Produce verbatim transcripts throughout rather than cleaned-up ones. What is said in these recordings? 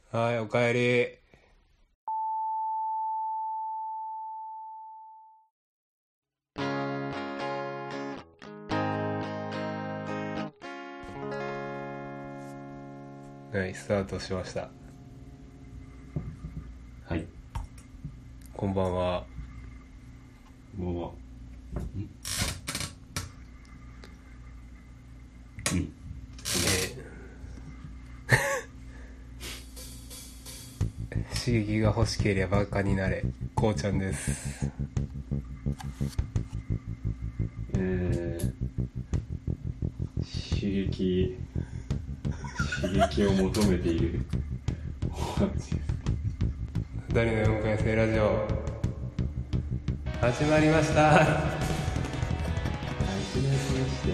はい、おかえり。はい、スタートしました。 はい、 こんばんは。 もう、うん、 刺激が欲しければバカになれ。こうちゃんです。 えー、刺激、刺激を求めている。 ふたりのよんかい生ラジオ始まりました。 いきなり話して。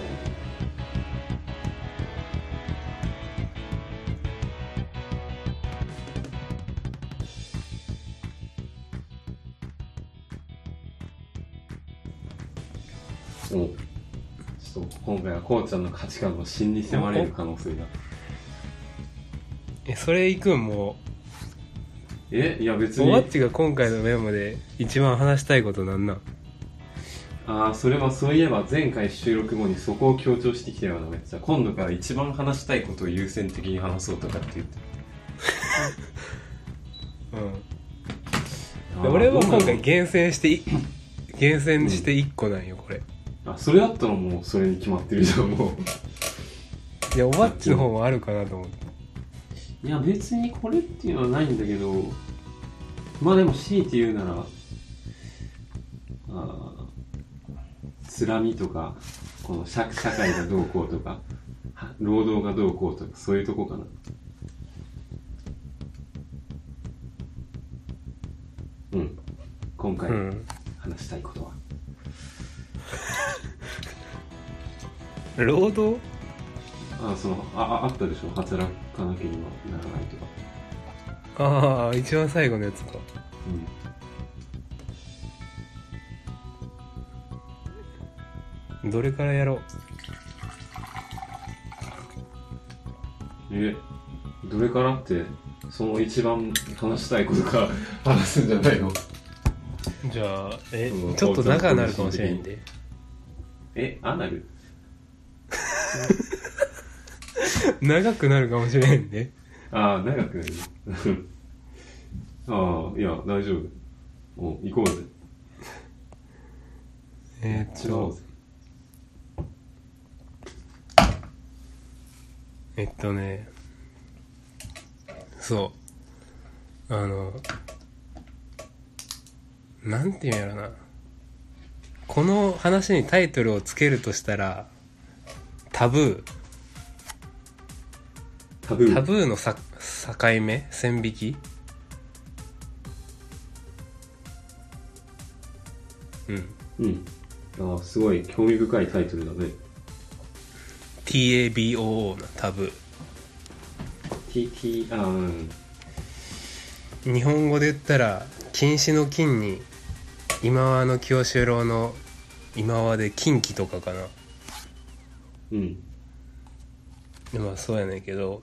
お、ちょっと今回はこうちゃんの価値観の真に迫れる可能性が。 え、それいくんもえ、いや別う、おわっに。 ちが今回のメモで一番話したいことなんなん？ ああ、それはそういえば前回収録後にそこを強調してきたようなめっちゃ。今度から一番話したいことを優先的に話そうとかって言って。 うん。で俺は今回どう厳選してい厳選していっこなんよこれ。 なの。あ、それだったらもうそれに決まってるじゃん、もう。 いや、おわっちの方もあるかなと思って。 いや別にこれっていうのはないんだけど、まあでも強いて言うなら、あつらみとか、この社社会がどうこうとか、は労働がどうこうとか、そういうとこかな。うん。今回うん話したいことは。 労働。 あ、その、あ、ああったでしょ、働かなければならないとか。 ああ、一番最後のやつか。 うん。 どれからやろう。 え、どれからって、その一番話したいことか話すんじゃないの？ じゃあ、え、 うんちょっと長くなるかもしれんで。 え、アナル？ 長くなるかもしれんで。 ああ、長くなる。ああ、いや、大丈夫。お、行こうぜ。 えー、っと、 やっちまおうぜ。 えっとね、そう、あの、なんていうんやろな。この話にタイトルをつけるとしたら、タブー。 タブー。 タブーのさ境目線引き。うん。 うん。ああ、すごい興味深いタイトルだね。 ティーエービーオーオー のタブ T、T、ああ、うん。 ー。日本語で言ったら、禁止の禁に、今川の清志郎の今川で禁忌とかかな。 うん。 でまあそうやねんけど、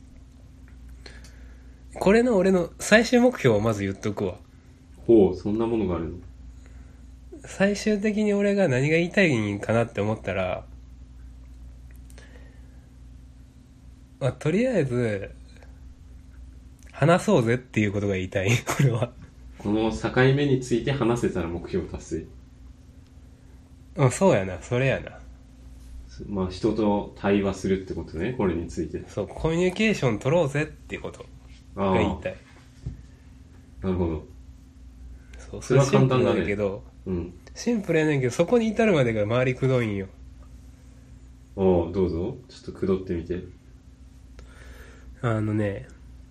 これの俺の最終目標をまず言っとくわ。 ほう、そんなものがあるの？ 最終的に俺が何が言いたいんかなって思ったら、まあ、とりあえず話そうぜっていうことが言いたい俺は。 この境目について話せたら目標達成。 うん、そうやな、それやな。 まあ、人と対話するってことね、これについて。 そう、コミュニケーション取ろうぜっていうことが言いたい。 なるほど。 そう、 それは簡単だね。 シンプルなんだけど、 うん。 シンプルやねんけど、そこに至るまでが回りくどいんよ。 おう、どうぞ。ちょっとくどってみて。 あのね、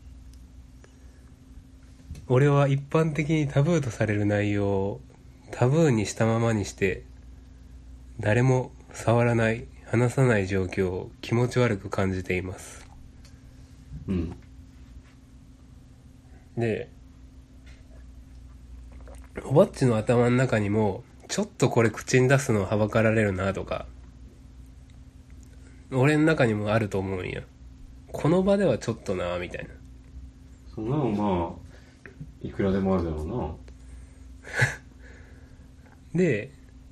俺は一般的にタブーとされる内容をタブーにしたままにして、誰も触らない、話さない状況を気持ち悪く感じています。 うん。 で、おばっちの頭の中にも、ちょっとこれ口に出すのはばかられるなとか、俺の中にもあると思うんや。この場ではちょっとなみたいな。 そんなのまあいくらでもあるだろうな。 で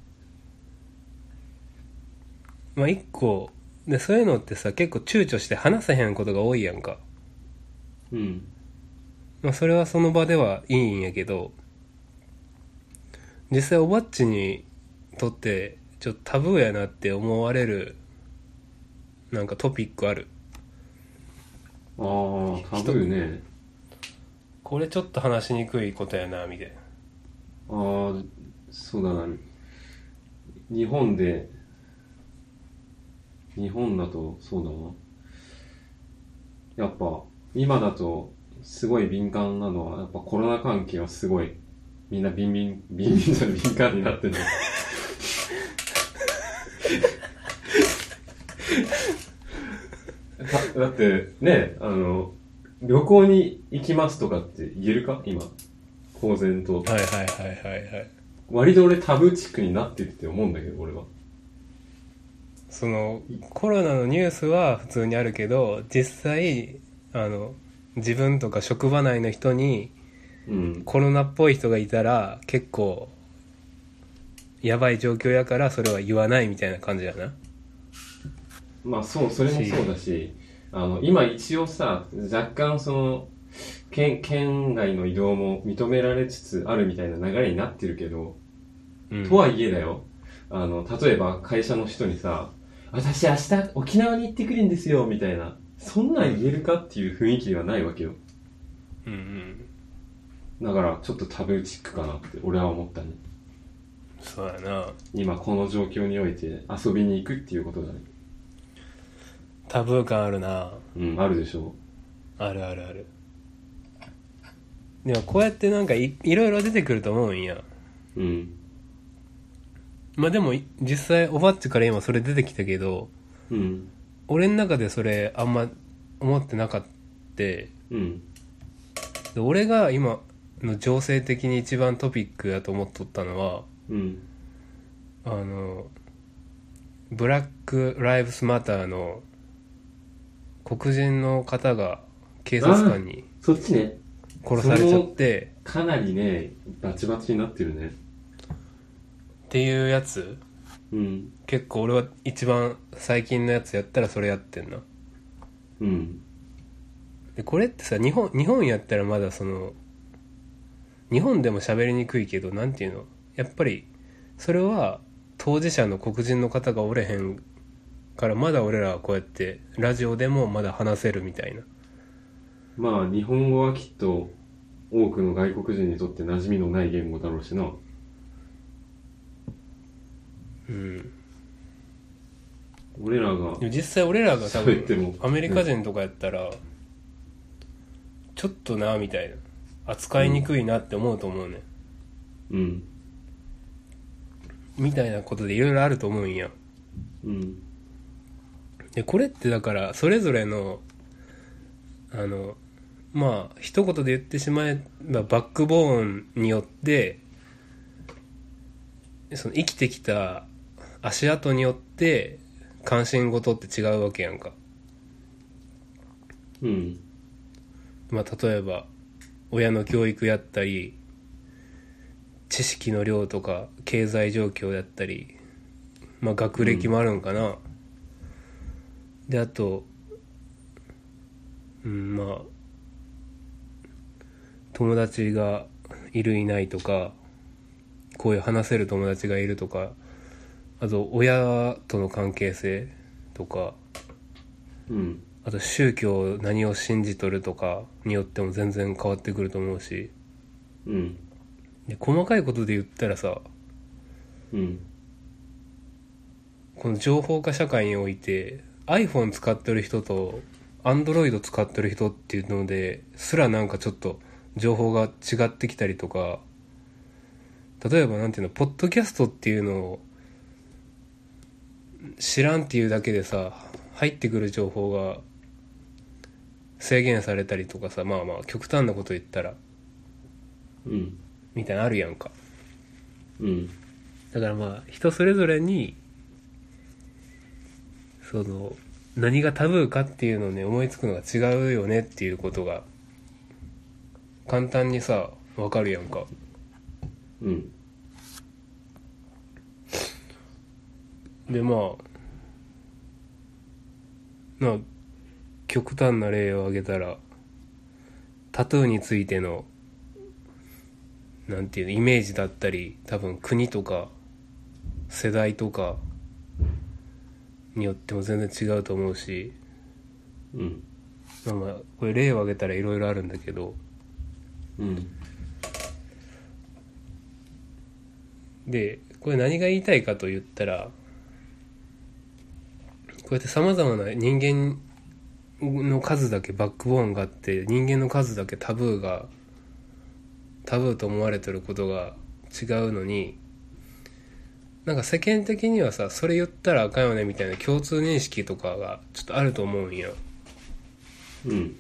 まあ一個でそういうのってさ結構躊躇して話せへんことが多いやんか。 うん。 まあそれはその場ではいいんやけど、実際おばっちにとってちょっとタブーやなって思われるなんかトピックある？ ああ、タブーね。 これちょっと話しにくいことやなみたいな。 ああ、そうだな。日本で、日本だとそうだな。やっぱ、今だとすごい敏感なのは、やっぱコロナ関係はすごい、みんなビンビン、ビンビンじゃない敏感になってるの。だだってね、あの、旅行に行きますとかって言えるか今。公然と。 はいはいはいはいはい。 割と俺タブーチックになってるって思うんだけど、俺は。 そのコロナのニュースは普通にあるけど、実際あの自分とか職場内の人にうん。 コロナっぽい人がいたら結構やばい状況やからそれは言わないみたいな感じやな。 まあそう、それもそうだし、あの、今一応さ、若干その、県、県外の移動も認められつつあるみたいな流れになってるけど、 うん、 とはいえだよ、あの、例えば会社の人にさ、私明日沖縄に行ってくるんですよ、みたいな、そんなん言えるかっていう雰囲気ではないわけよ。 うんうんだからちょっとタブーチックかなって俺は思ったね。 そうやな。 今この状況において遊びに行くっていうことだね。 タブー感あるな。 うん、あるでしょあるあるある。でもこうやってなんか い, いろいろ出てくると思うんや。 う。うん。 まあでも実際おばっちから今それ出てきたけど、 うん。 俺の中でそれあんま思ってなかった。でうん。 俺が今の情勢的に一番トピックだと思っとったのは、 うん。 あのブラック・ライブスマターの黒人の方が警察官にそっちね。 殺されちゃってかなりね、バチバチになってるね。 っていうやつ、 うん。 結構俺は一番最近のやつやったらそれやってんな。 うん。 でこれってさ、日本日本やったらまだその日本でも喋りにくいけど、なんていうの、やっぱりそれは当事者の黒人の方がおれへんからまだ俺らはこうやってラジオでもまだ話せるみたいな。 まあ、日本語はきっと多くの外国人にとって馴染みのない言語だろうしな。 うん。 俺らがでも実際俺らが多喋っても分アメリカ人とかやったらちょっとなみたいな、扱いにくいなって思うと思うね、 うん。 みたいなことでいろいろあると思うんや。 うん。 でこれってだからそれぞれのあのまあ一言で言ってしまえばバックボーンによってその生きてきた足跡によって関心事って違うわけやんか。 うん。 まあ例えば親の教育やったり知識の量とか経済状況やったり、まあ学歴もあるんかな、うん、であとうんまあ友達がいるいないとか、こういう話せる友達がいるとか、あと親との関係性とか、 うん。 あと宗教何を信じとるとかによっても全然変わってくると思うし、 うん。 で細かいことで言ったらさ、 うん。 この情報化社会において iPhone 使ってる人と Android 使ってる人っていうのですらなんかちょっと情報が違ってきたりとか、例えばなんていうの、ポッドキャストっていうのを知らんっていうだけでさ、入ってくる情報が制限されたりとかさ、まあまあ極端なこと言ったらうんみたいなのあるやんか。 うんだからまあ人それぞれにその何がタブーかっていうのをね思いつくのが違うよねっていうことが簡単にさわかるやんか。 うんでまあな極端な例を挙げたらタトゥーについてのなんていうのイメージだったり、多分国とか世代とかによっても全然違うと思うし、 うんまあまあこれ例を挙げたらいろいろあるんだけど、 うんでこれ何が言いたいかと言ったら、こうやってさまざまな人間の数だけバックボーンがあって、人間の数だけタブーがタブーと思われてることが違うのに、なんか世間的にはさそれ言ったらあかんよねみたいな共通認識とかがちょっとあると思うんや。 うん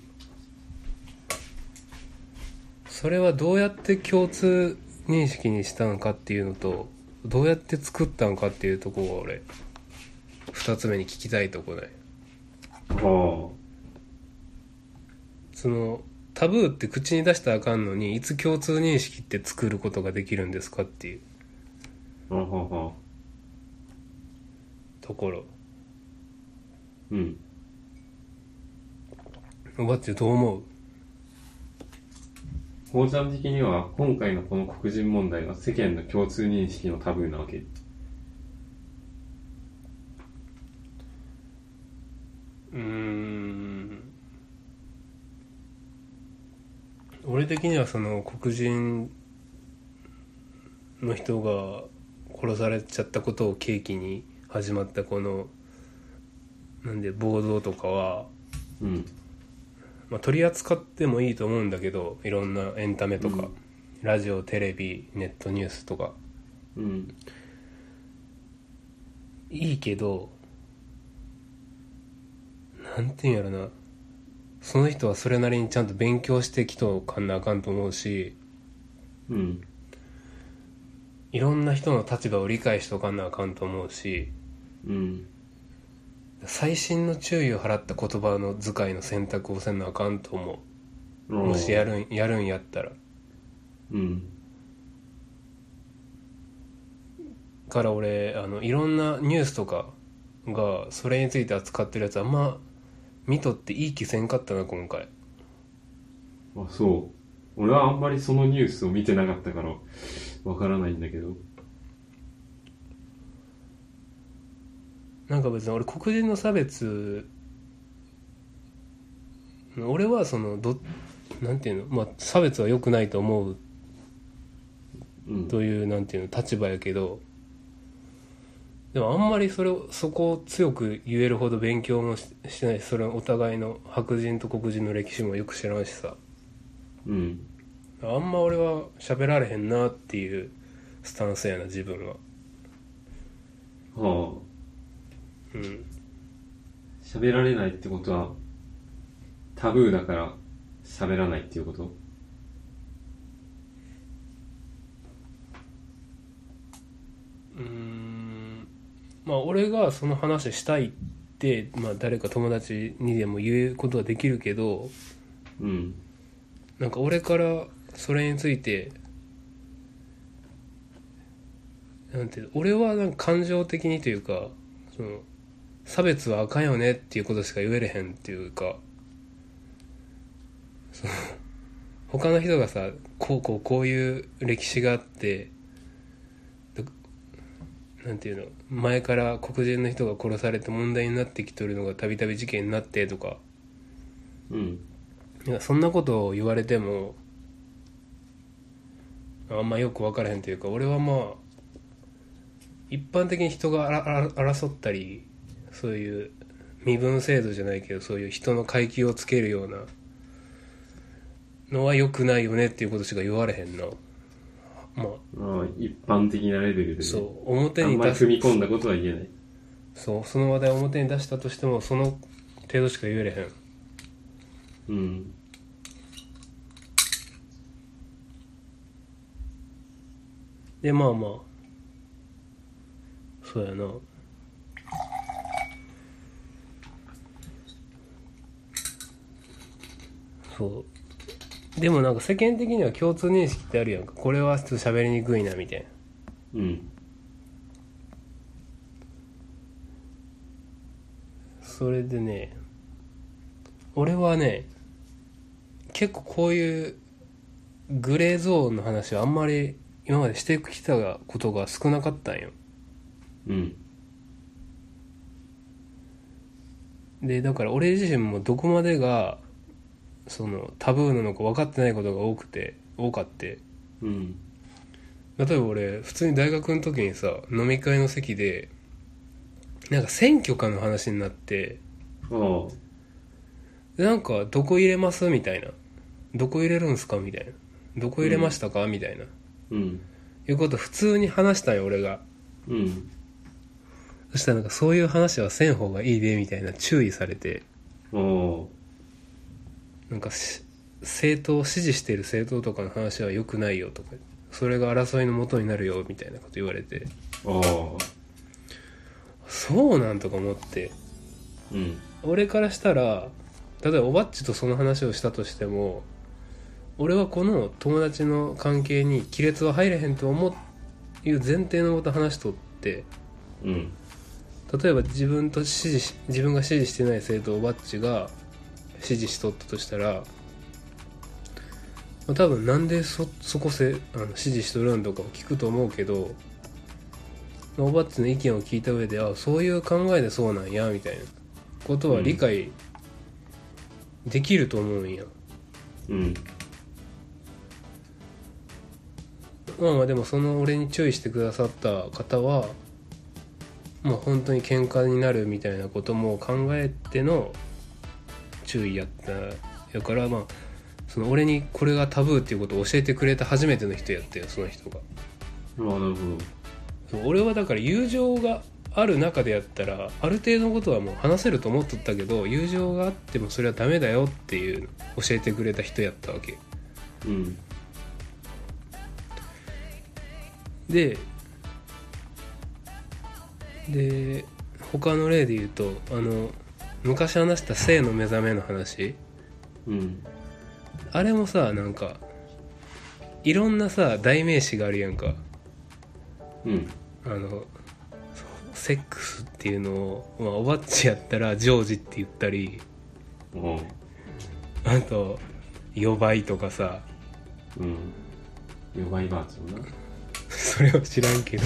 それはどうやって共通認識にしたのかっていうのと、どうやって作ったのかっていうところが俺二つ目に聞きたいところね。 ああそのタブーって口に出したらあかんのに、いつ共通認識って作ることができるんですかっていうはあはあはあところ。 うんおばっちどう思う？ ほうちゃん的には今回のこの黒人問題が世間の共通認識のタブーなわけ？ うーん俺的にはその黒人の人が殺されちゃったことを契機に始まったこのなんで暴動とかは、 うんまあ、取り扱ってもいいと思うんだけど、いろんなエンタメとか、うん、ラジオテレビネットニュースとか、 うん、 いいけどなんていうんやろな、その人はそれなりにちゃんと勉強してきとかんなあかんと思うし、 うん、 いろんな人の立場を理解しとかんなあかんと思うし、 うん、 細心の注意を払った言葉の遣いの選択をせんなあかんと思う。もしやるんやるんやったら、 うん、 から俺あのいろんなニュースとかがそれについて扱ってるやつあんま見とっていい気せんかったな今回。 あ、そう。俺はあんまりそのニュースを見てなかったからわからないんだけど、 なんか別に俺黒人の差別、俺はそのどなんていうの、まあ差別は良くないと思うという、うん、なんていうの立場やけど、でもあんまりそれをそこを強く言えるほど勉強も し, してないし、それお互いの白人と黒人の歴史もよく知らんしさ、 うん、 あんま俺は喋られへんなっていうスタンスやな自分は。 はあ、うん。喋られないってことはタブーだから喋らないっていうこと？ うーん、まあ俺がその話したいって、まあ、誰か友達にでも言うことはできるけど、 うん、 なんか俺からそれについてなんていう、俺はなんか感情的にというか、その差別はあかんよねっていうことしか言えれへんっていうか、その他の人がさこうこうこういう歴史があって、なんていうの、前から黒人の人が殺されて問題になってきとるのがたびたび事件になってとか、 うん、 いやそんなことを言われてもあんまよく分からへんというか、俺はまあ一般的に人があらあら争ったり、そういう身分制度じゃないけどそういう人の階級をつけるようなのは良くないよねっていうことしか言われへんな。まあ、 ああ、一般的なレベルでね。 そう表に出す、 あんまり踏み込んだことは言えない。 そうその話題を表に出したとしてもその程度しか言えれへん。 うん。 でまあまあそうやな。そうでもなんか世間的には共通認識ってあるやんか。これはちょっと喋りにくいなみたいな。 うんそれでね、俺はね結構こういうグレーゾーンの話はあんまり今までしてきたことが少なかったんよ。 うんでだから俺自身もどこまでがそのタブーなのか分かってないことが多くて多かってうん例えば俺普通に大学の時にさ飲み会の席でなんか選挙カーの話になってああでなんかどこ入れますみたいなどこ入れるんすかみたいなどこ入れましたか、みたいなうんいうこと普通に話したんよ俺が。 うんそしたらなんかそういう話はせん方がいいでみたいな注意されてああなんか政党を支持している政党とかの話は良くないよとかそれが争いの元になるよみたいなこと言われてああそうなんとか思ってうん俺からしたら例えばおばっちとその話をしたとしても俺はこの友達の関係に亀裂は入れへんと思ういう前提のこと話しとってうん例えば自分と支持し自分が支持してない政党をおばっちが支持しとったとしたら、まあ、多分なんで そ, そこせあの支持しとるんとかを聞くと思うけど、まあ、おばっちの意見を聞いた上であそういう考えでそうなんやみたいなことは理解できると思うんや、 うん、 まあまあでもその俺に注意してくださった方はもう本当に喧嘩になるみたいなことも考えての注意やったやからまあその俺にこれがタブーっていうことを教えてくれた初めての人やったよその人が。 ああなるほそう俺はだから友情がある中でやったらある程度のことはもう話せると思っとったけど友情があってもそれはダメだよっていうの教えてくれた人やったわけどうんでで他の例で言うとあの昔話した性の目覚めの話うんあれもさなんかいろんなさ代名詞があるやんかうんあのセックスっていうのを、まあ、おばっちやったらジョージって言ったりうんあと予売とかさうん弱いばあちゃんなそれは知らんけど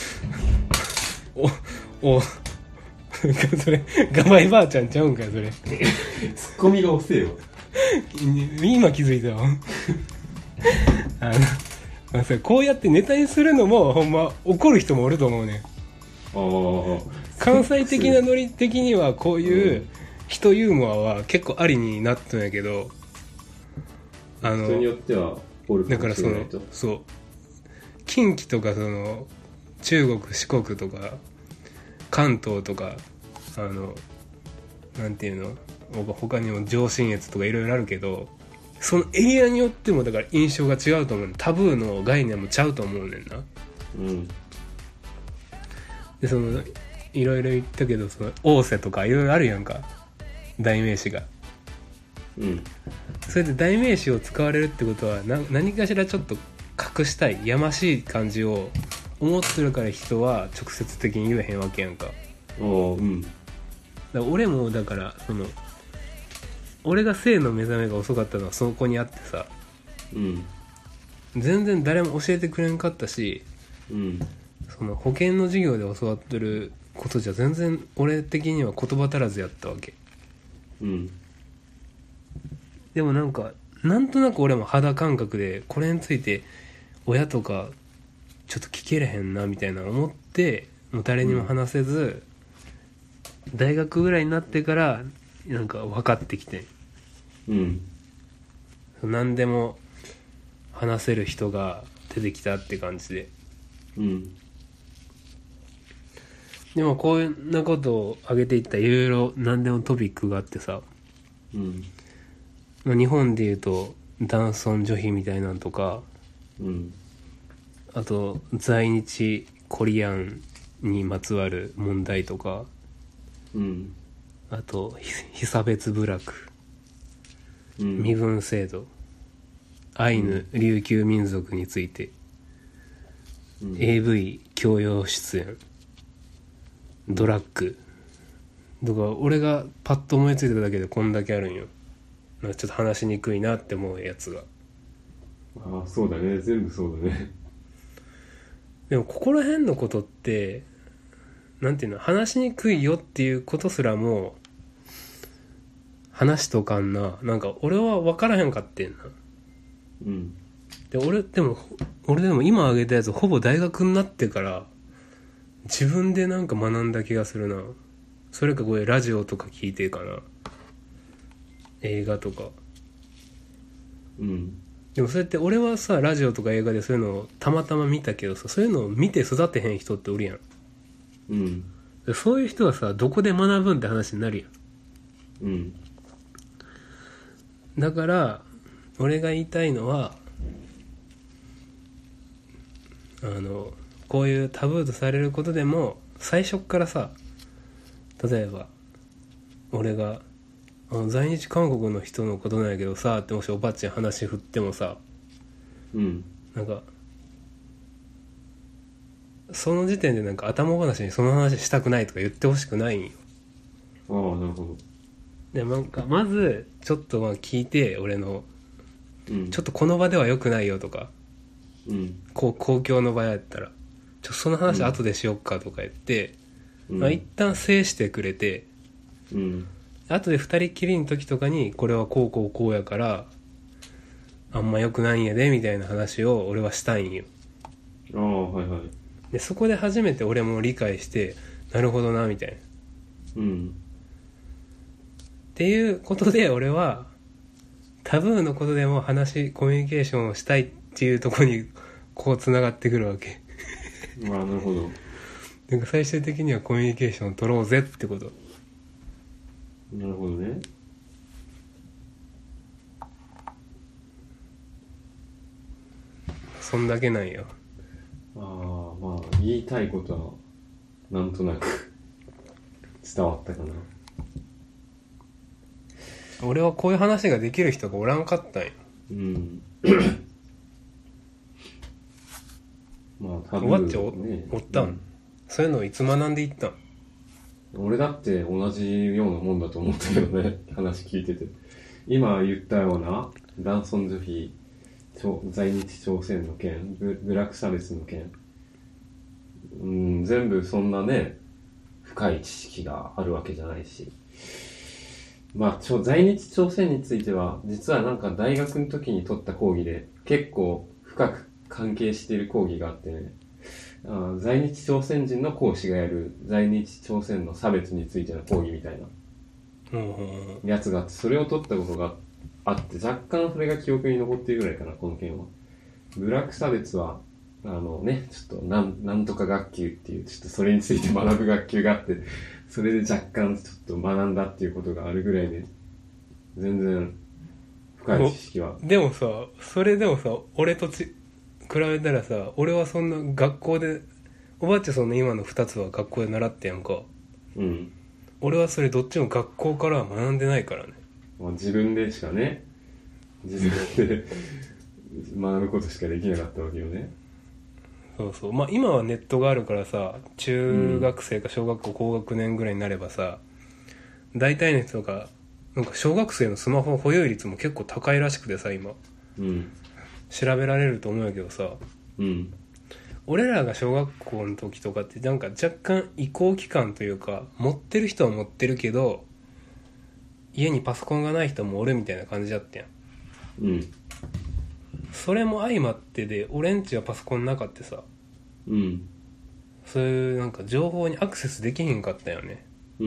おおそれガバイばあちゃんちゃうんかそれツッコミが遅えよ今気づいたわあの、まあ、それこうやってネタにするのもほんま怒る人もおると思うね。 ああ関西的なノリ的にはこういう人ユーモアは結構ありになったんやけどあの人によってはおるかだからそのもしれないとそう近畿とかその中国四国とか関東とかあのなんていうの他にも上信越とかいろいろあるけどそのエリアによってもだから印象が違うと思うねん。タブーの概念もちゃうと思うねんな。 うんでそのいろいろ言ったけどその大瀬とかいろいろあるやんか代名詞が。 うんそれで代名詞を使われるってことはな何かしらちょっと隠したいやましい感じを思ってるから人は直接的に言えへんわけやんか。 おうんだから俺もだからその俺が性の目覚めが遅かったのはそこにあってさうん全然誰も教えてくれんかったしうんその保険の授業で教わってることじゃ全然俺的には言葉足らずやったわけ。 うんでもなんかなんとなく俺も肌感覚でこれについて親とかちょっと聞けれへんなみたいな思ってもう誰にも話せず、うん、大学ぐらいになってからなんか分かってきて、 うん、 何でも話せる人が出てきたって感じで、 うん、 でもこんなことを挙げていったらいろいろ何でもトピックがあってさ、 うんまあ、日本でいうと男尊女卑みたいなんとか、 うん、 あと在日コリアンにまつわる問題とか、 うん、 あと被差別部落、 うん、 身分制度、 アイヌ琉球民族について、 うん、 エーブイ 教養出演、ドラッグとか、俺がパッと思いついただけでこんだけあるんよ。なんかちょっと話しにくいなって思うやつが。 ああそうだね、全部そうだね。 でもここら辺のことってなんていうの、話しにくいよっていうことすらも話しとかんな。なんか俺は分からへんかってんな。 うんで俺でも俺でも今挙げたやつほぼ大学になってから自分でなんか学んだ気がするな。それかこれラジオとか聞いてかな、映画とか。 うんでもそれって俺はさ、ラジオとか映画でそういうのをたまたま見たけどさ、そういうのを見て育てへん人っておるやん。 うんそういう人はさ、どこで学ぶんって話になるやん。 うんだから俺が言いたいのは、あのこういうタブーとされることでも最初っからさ、例えば俺があの在日韓国の人のことなんやけどさってもしおばあちゃん話振ってもさ、 うんなんかその時点でなんか頭ごなしにその話したくないとか言ってほしくないんよ。 ああなるほど。 でなんかまずちょっとまあ聞いて、俺のうんちょっとこの場では良くないよとか、 うんこう公共の場やったらちょその話後でしよっかとか言って、 うんまあ、一旦制してくれて、 うん後で二人きりの時とかにこれはこうこうこうやからあんま良くないんやでみたいな話を俺はしたいんよ。 ああはいはい。 でそこで初めて俺も理解して、なるほどなみたいなうんっていうことで、俺はタブーのことでも話コミュニケーションをしたいっていうところにこうつながってくるわけ。 まあなるほど。 なんか最終的にはコミュニケーションを取ろうぜってこと。 なるほどね。 そんだけなんよ。 ああまあ言いたいことはなんとなく伝わったかな。 俺はこういう話ができる人がおらんかったんよ。 うんまあ多おばっちお、 ね、 おったん、うん、そういうのをいつ学んでいったん。 俺だって同じようなもんだと思ったけどね話聞いてて。今言ったような男尊女卑、在日朝鮮の件、ブブラック差別の件、うん、全部そんなね深い知識があるわけじゃないし、まあちょ在日朝鮮については実はなんか大学の時に取った講義で結構深く関係している講義があってね、あ在日朝鮮人の講師がやる在日朝鮮の差別についての講義みたいなやつがあって、それを取ったことがあって、若干それが記憶に残っているぐらいかな、この件は。ブラック差別はあのね、ちょっとなんなんとか学級っていうちょっとそれについて学ぶ学級があって、それで若干ちょっと学んだっていうことがあるぐらいで、全然深い知識は。 でもさ、それでもさ、俺とち比べたらさ、俺はそんな学校で、おばあちゃんその今のふたつは学校で習ってやんか。 うん。 俺はそれどっちも学校からは学んでないからね。 まあ、自分でしかね、自分で学ぶことしかできなかったわけよね。 そうそう。まあ今はネットがあるからさ、中学生か小学校高学年ぐらいになればさ、うん、大体の人がなんか小学生のスマホ保有率も結構高いらしくてさ、今、 うん、 調べられると思うんやけどさ、 うん、 俺らが小学校の時とかってなんか若干移行期間というか、持ってる人は持ってるけど家にパソコンがない人もおるみたいな感じだったやん。 うん。 それも相まってで、俺んちはパソコンなかってさ、 うん。 そういうなんか情報にアクセスできへんかったよね。 うん。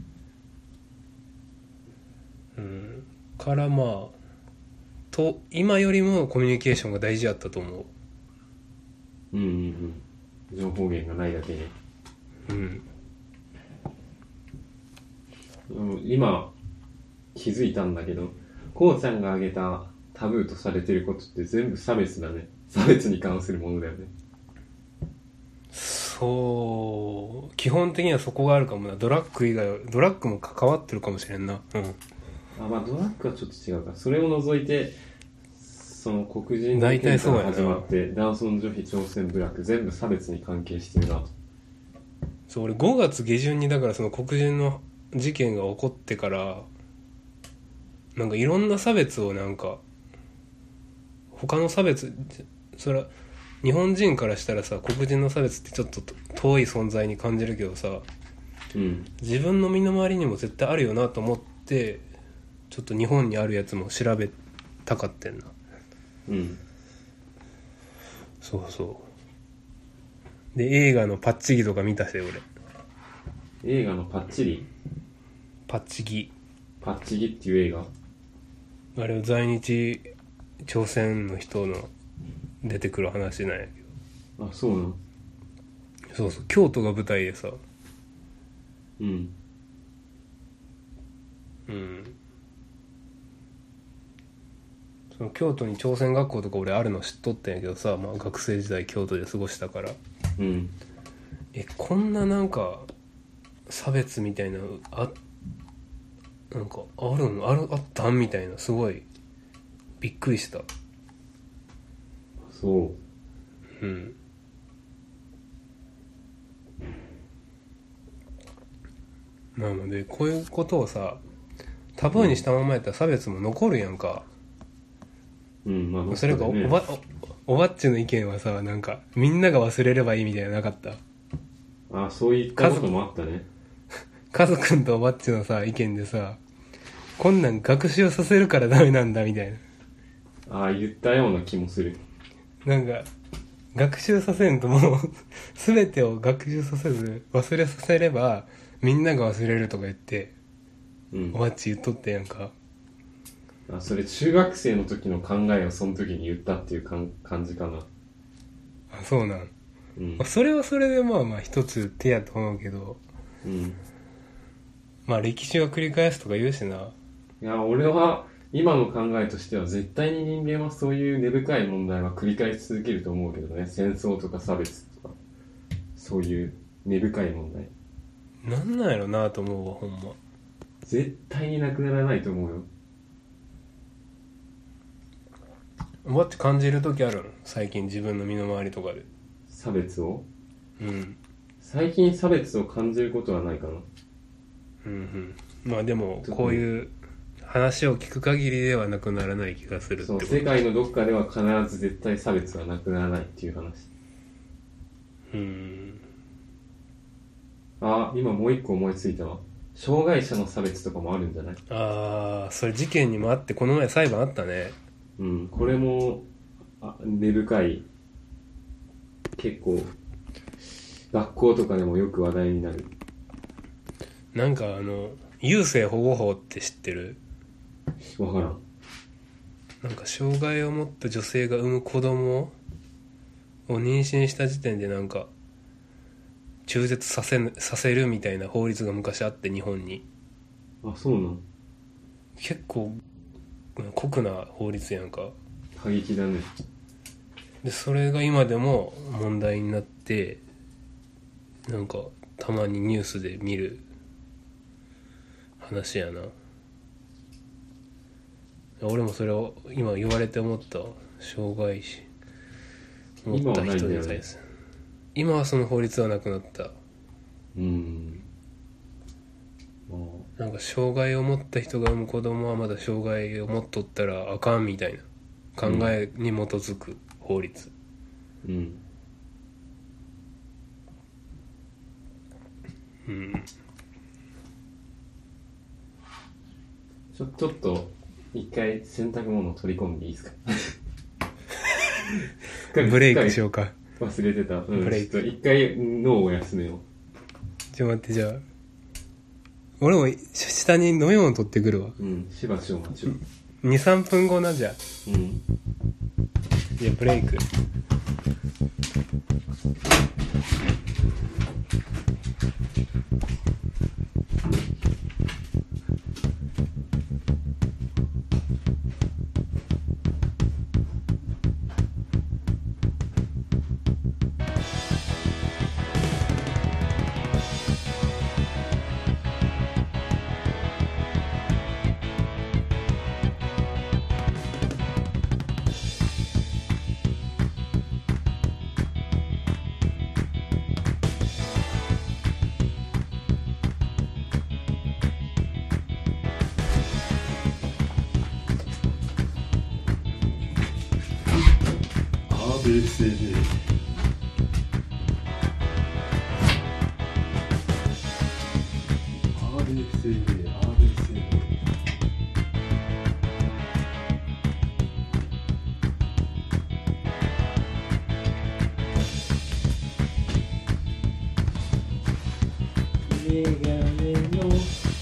うん。からまあと今よりもコミュニケーションが大事だったと思う。 うんうんうん。情報源がないだけに。 うん。 今気づいたんだけど、こうちゃんが挙げたタブーとされてることって全部差別だね。差別に関するものだよね。 そう、基本的にはそこがあるかもな。ドラッグ以外は、ドラッグも関わってるかもしれんな。うん。 あ、まあドラッグはちょっと違うか。それを除いて、 その黒人の件から始まって男尊女卑朝鮮部落全部差別に関係してるなと。 そう俺ごがつ下旬にだからその黒人の事件が起こってからなんかいろんな差別をなんか他の差別それは日本人からしたらさ黒人の差別ってちょっと遠い存在に感じるけどさ、 うん、 自分の身の回りにも絶対あるよなと思ってちょっと日本にあるやつも調べたかってんな。 うんそうそうで映画のパッチギとか見たし俺。 映画のパッチリパッチギパッチギっていう映画あれは在日朝鮮の人の出てくる話なんやけど。あ、そうなの。 そうそう京都が舞台でさうんうんその京都に朝鮮学校とか俺あるの知っとったんやけどさ、まあ、学生時代京都で過ごしたから、 うん、 えこんななんか差別みたいなあなんかあるんあるあったんみたいなすごいびっくりした。 そううんまあまあでこういうことをさタブーにしたままやったら差別も残るやんか。 うん、まあ、 それか お, おばおおばっちの意見はさなんかみんなが忘れればいいみたいななかった？ あ、そういったこともあったね。 カズくんとおばっちのさ意見でさこんなん学習させるからダメなんだみたいな。 ああ言ったような気もする。 なんか学習させんともう全てを学習させず忘れさせればみんなが忘れるとか言って、 うん、 おばっち言っとったやんか。 あ、それ中学生の時の考えをその時に言ったっていうかん感じかな。 あ、そうなん、 うん、 まあ、それはそれでまあまあ一つ手やと思うけど、 うん、 まあ歴史は繰り返すとか言うしな。 いや俺は今の考えとしては絶対に人間はそういう根深い問題は繰り返し続けると思うけどね。戦争とか差別とかそういう根深い問題なんなんやろなと思うわほんま。 絶対になくならないと思うよ。 おばっち感じる時あるの最近自分の身の回りとかで。 差別をうん最近差別を感じることはないかな。 うんうんまあでもこういう話を聞く限りではなくならない気がするってこと。 そう世界のどっかでは必ず絶対差別はなくならないっていう話。 うんあ、今もう一個思いついたわ。障害者の差別とかもあるんじゃない？ ああそれ事件にもあってこの前裁判あったね。 うんこれもあ根深い結構学校とかでもよく話題になる。 なんかあの優生保護法って知ってる？ わからん。 なんか障害を持った女性が産む子供を妊娠した時点でなんか中絶させさせるみたいな法律が昔あって日本に。 あ、そうなの？ 結構酷な法律やんか。 過激だね。 でそれが今でも問題になってなんかたまにニュースで見る話やな。俺もそれを今言われて思った。障害者持った人に対する今はその法律はなくなった。 うんなんか障害を持った人が産む子供はまだ障害を持っとったらあかんみたいな考えに基づく法律。 うんうん、 ちょちょっと一回洗濯物取り込んでいいですか？ ブレイクしようか。 忘れてた、うん、 ブレイク。 ちょっと一回脳を休めよう。 ちょっと待ってじゃあ俺も下に飲み物取ってくるわ。 うんしばしお待ちを。 にさんぷんごな。じゃあうんじゃあブレイク。 ー生成アールエフ生成アールエフ生成メガネの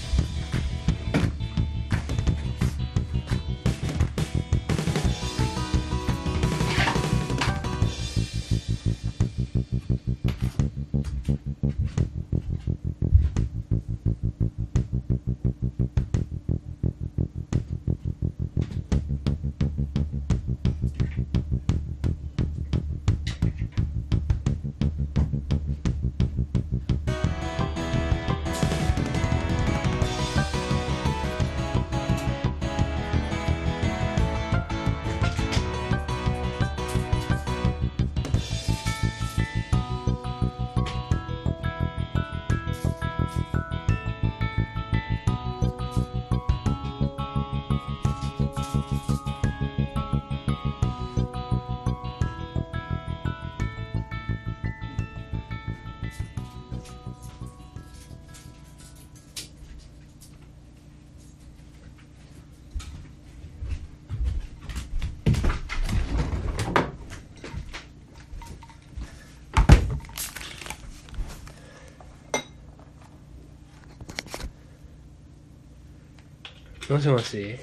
もしもし。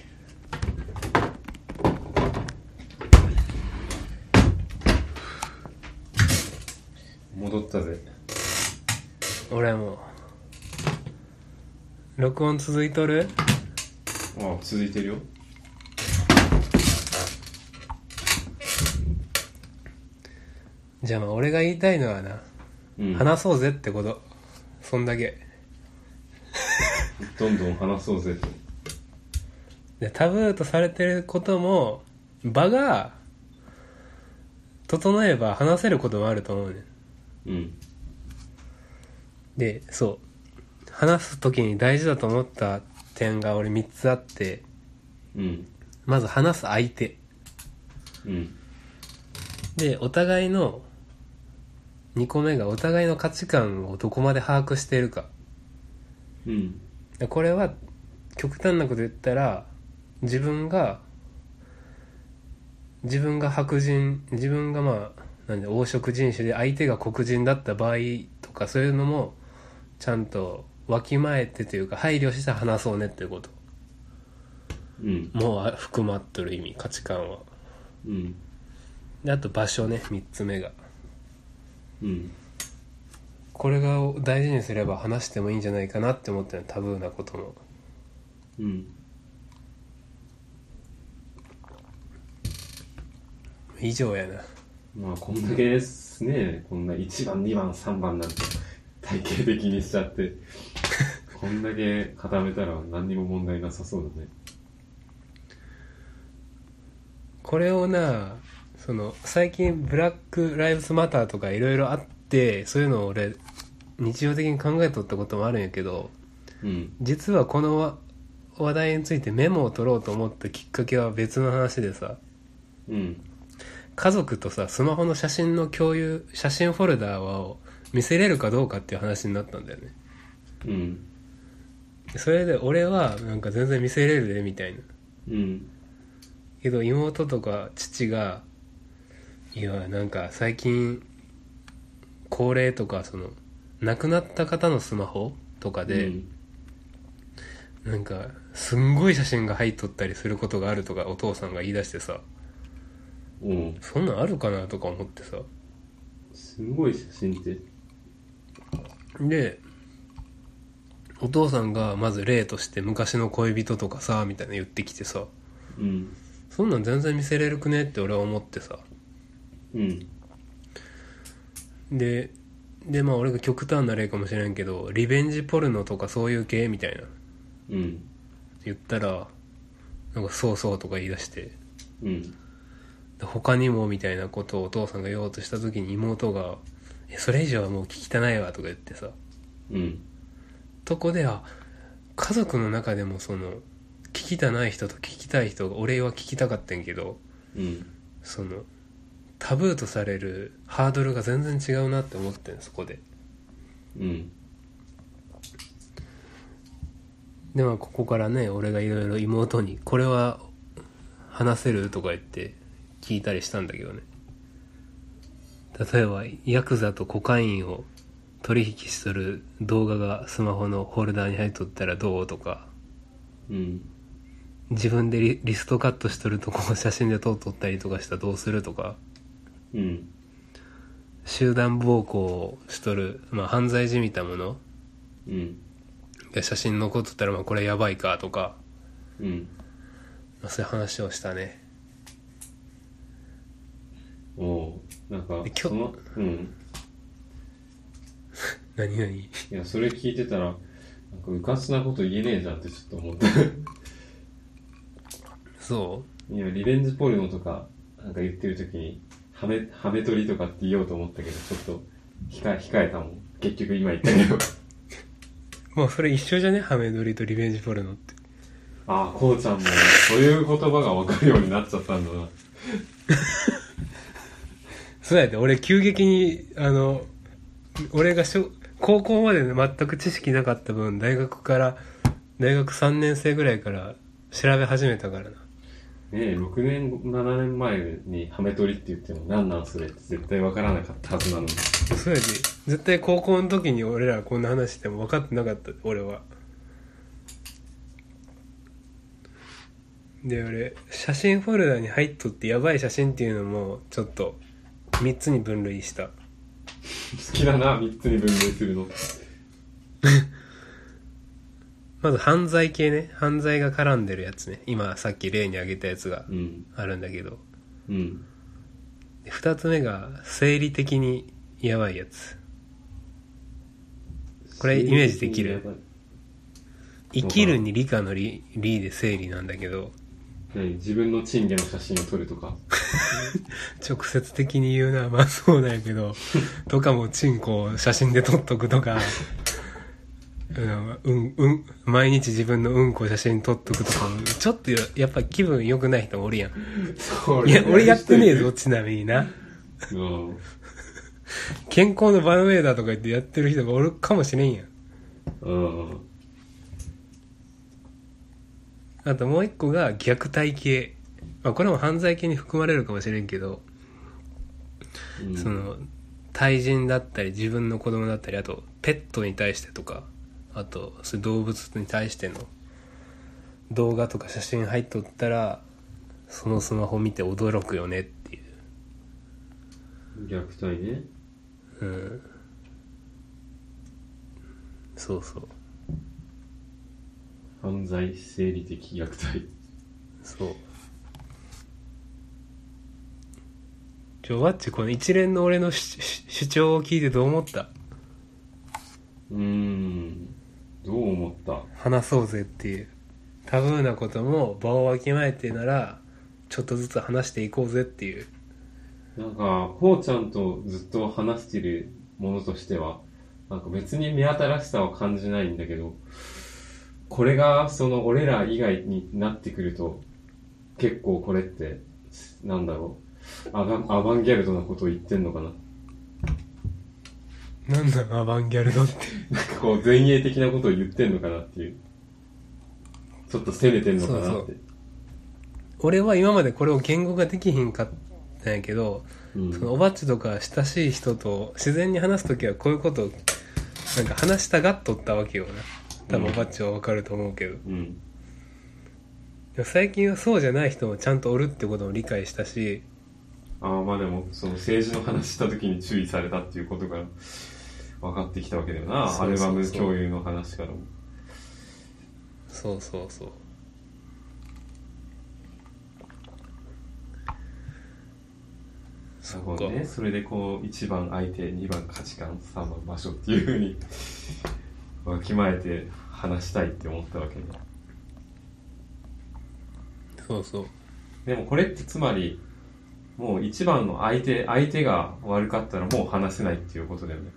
戻ったぜ。 俺も録音続いとる？ ああ、続いてるよ。 じゃあまあ俺が言いたいのはな、うん、話そうぜってこと。そんだけ。 どんどん話そうぜって。 でタブーとされてることも場が整えば話せることもあると思うね。 うん。 で、そう話す時に大事だと思った点が俺みっつあって、 うん。 まず話す相手。 うん。 で、お互いのにこめがお互いの価値観をどこまで把握しているか。 うん。 これは極端なこと言ったら、自分が自分が白人、自分がまあなんで黄色人種で相手が黒人だった場合とか、そういうのもちゃんとわきまえてというか配慮して話そうねっていうこと、 うん、 もう含まっとる意味、価値観は。 うん。 であと場所ね、みっつめが。 うん。 これが大事にすれば話してもいいんじゃないかなって思ってる、タブーなことも。 うん。 以上やな。 まあこんだけですね、こんないちばんにばんさんばんなんて体系的にしちゃってこんだけ固めたら何にも問題なさそうだね。 これをな、その最近ブラックライブズマターとかいろいろあって、そういうのを俺日常的に考えとったこともあるんやけど、 うん、 実はこの話題についてメモを取ろうと思ったきっかけは別の話でさ、 うん、 家族とさスマホの写真の共有、写真フォルダーを見せれるかどうかっていう話になったんだよね。 うん。 それで俺はなんか全然見せれるでみたいな。 うん。 けど妹とか父が、いやなんか最近高齢とかその亡くなった方のスマホとかで、うん、なんかすんごい写真が入っとったりすることがあるとかお父さんが言い出してさ、 うん、 そんなんあるかなとか思ってさ。 すんごい写真ってでお父さんがまず例として昔の恋人とかさみたいな言ってきてさ、 うん、 そんなん全然見せれるくねって俺は思ってさ、 うん、 ででまあ俺が極端な例かもしれんけど、リベンジポルノとかそういう系みたいな、 うん、 言ったらなんかそうそうとか言い出して、 うん、 他にもみたいなことをお父さんが言おうとした時に妹がえそれ以上はもう聞きたないわとか言ってさ、 うん、 とこでは家族の中でもその聞きたない人と聞きたい人が、俺は聞きたかったんけど、 うん、 そのタブーとされるハードルが全然違うなって思ってん、そこで。 うんでもここからね、俺がいろいろ妹にこれは話せるとか言って聞いたりしたんだけどね。例えばヤクザとコカインを取引しとる動画がスマホのホルダーに入っとったらどうとか、 うん自分で リ, リストカットしとるとこを写真で撮っとったりとかしたらどうするとか、 うん集団暴行をしとる、まあ、犯罪じみたものうんが写真残っとったら、まあこれやばいかとか、 うんまあ、そういう話をしたね。 おうなんかで今日そのうん何何いやそれ聞いてたらなんかうかつなこと言えねえじゃんってちょっと思ったそいやリベンジポルノとかなんか言ってる時にハメハメ撮りとかって言おうと思ったけどちょっと控え控えたもん。結局今言ったけどうもうそれ一緒じゃね、ハメ撮りとリベンジポルノって。 ああこうちゃんもそういう言葉が分かるようになっちゃったんだなそうやで、俺急激にあの俺が小高校まで全く知識なかった分、大学から大学さんねん生ぐらいから調べ始めたからな。 ねえろくねんななねんまえにハメ撮りって言ってもなんなんそれって絶対分からなかったはずなのに。 そうやで、絶対高校の時に俺らこんな話しても分かってなかった、俺は。で、俺写真フォルダに入っとってやばい写真っていうのもちょっとみっつに分類した。 好きだなみっつに分類するのまず犯罪系ね、犯罪が絡んでるやつね、今さっき例に挙げたやつがうんあるんだけど、 うんふたつめが生理的にやばいやつ。これイメージできる？生きるに理科の理、理で生理なんだけど、 何自分のチンゲの写真を撮るとか直接的に言うな、まあそうなんやけどとかもチンコを写真で撮っとくとかうんうんうん毎日自分のうんこ写真撮っとくとかもちょっとやっぱ気分良くない人もおるやん。いや俺やってねえぞちなみになうん健康のバロメーターとか言ってやってる人がおるかもしれんやん。 うんあともう一個が虐待系、まあ、これも犯罪系に含まれるかもしれんけど、 うん、 その対人だったり自分の子供だったり、あとペットに対してとか、あとそういう動物に対しての動画とか写真入っとったらそのスマホ見て驚くよねっていう。 虐待ね。 うんそうそう犯罪生理的虐待。 そうちょワッチこの一連の俺の主張を聞いてどう思った？ うーんどう思った？ 話そうぜっていうタブーなことも場をわきまえてならちょっとずつ話していこうぜっていう。 なんかこうちゃんとずっと話してるものとしてはなんか別に目新しさは感じないんだけど、これがその俺ら以外になってくると結構これってなんだろうアバン、アバンギャルドなことを言ってんのかな。 なんだアバンギャルドってなんかこう前衛的なことを言ってんのかなっていう、ちょっと攻めてんのかなって。そうそう俺は今までこれを言語ができひんかったんやけど、うん、そのおばっちとか親しい人と自然に話すときはこういうことをなんか話したがっとったわけよな。多分おばっちはわかると思うけど、うん、最近はそうじゃない人もちゃんとおるってことも理解したし、 ああまあでもその政治の話した時に注意されたっていうことが分かってきたわけだよな。アルバム共有の話からも。 そうそうそうなるほどね。それでこういちばん相手、にばん価値観、さんばん場所っていう風にわきまえて話したいって思ったわけね。 そうそう。 でもこれってつまりもういちばんの相手相手が悪かったらもう話せないっていうことだよね。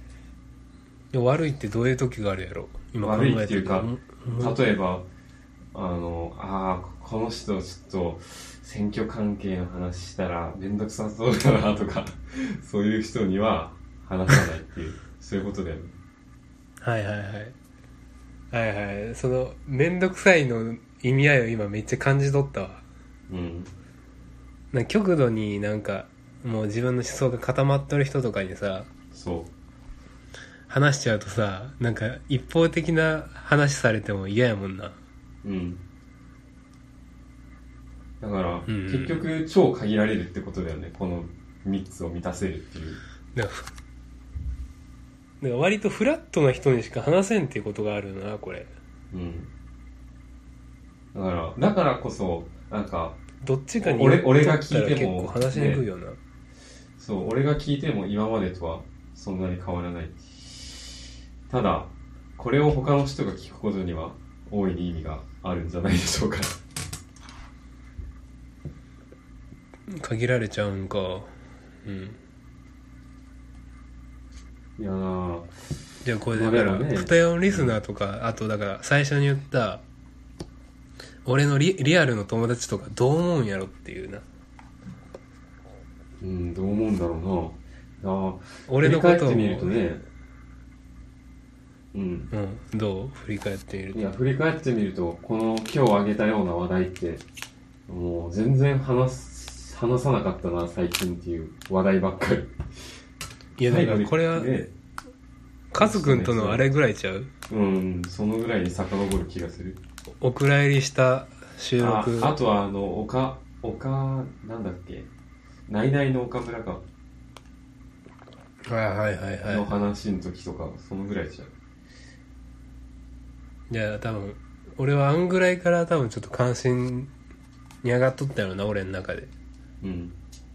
悪いってどういう時があるやろ今考えてる。 悪いっていうか、例えばあの、ああ、この人ちょっと選挙関係の話したらめんどくさそうだなとか、そういう人には話さないっていう、そういうことだよね。 はいはいはい。はいはい。その、めんどくさいの意味合いを今めっちゃ感じ取ったわ。 うん。 なんか極度になんか、もう自分の思想が固まってる人とかにさ、 そ話しちゃうとさ、なんか一方的な話されても嫌やもんな。 う。うん。だから、 うんうん、 結局超限られるってことだよね。このみっつを満たせるっていう。 だからだから割とフラットな人にしか話せんっていうことがあるな、これ。 うん。だから、だからこそ、なんか、 どっちかに俺俺が聞いても、 結構話しにくいよな、ね。 そう、俺が聞いても今までとはそんなに変わらない。ただ、これを他の人が聞くことには大いに意味があるんじゃないでしょうか。 限られちゃうんか。うん。 いやー、 じゃあこれだから、 ね、 二四リスナーとか、うん、あとだから最初に言った俺の リ, リアルの友達とかどう思うんやろっていうな。 うん、どう思うんだろうな。あ、 俺のことを振り返ってみるとね、うん、 うん、どう振り返ってみると。 いや、振り返ってみると、この今日挙げたような話題って、もう全然話す、話さなかったな、最近っていう話題ばっかり。 いや、だからこれは、ね、カズくんとのあれぐらいちゃう？ うん、そのぐらいに遡る気がする。 お蔵入りした収録。 あ、あとはあの、岡、岡、なんだっけ、ナイナイの岡村か。 はいはいはいはい。 の話の時とか、そのぐらいちゃう。 いや、多分、俺はあんぐらいから多分ちょっと関心に上がっとったよな、俺の中で。 うん。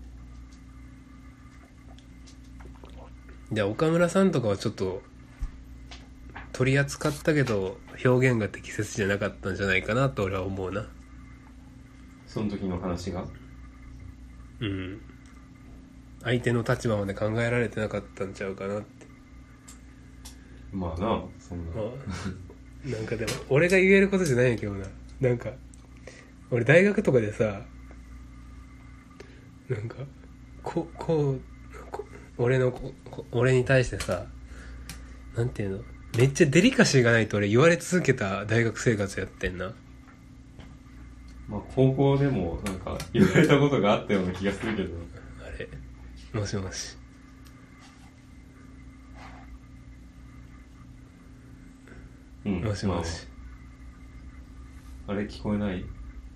じゃあ岡村さんとかはちょっと取り扱ったけど表現が適切じゃなかったんじゃないかなと俺は思うな。 その時の話が、 うん、相手の立場まで考えられてなかったんちゃうかなって。 まあな、そんな、まあ、なんかでも俺が言えることじゃないんやけどな。なんか俺大学とかでさ、なんかここうこ俺の俺に対してさ、なんていうの、めっちゃデリカシーがないと俺言われ続けた大学生活やってんな。 まあ高校でもなんか言われたことがあったような気がするけど。 あれ、もしもし。 うん、 もしもし、 まあ、あれ聞こえない？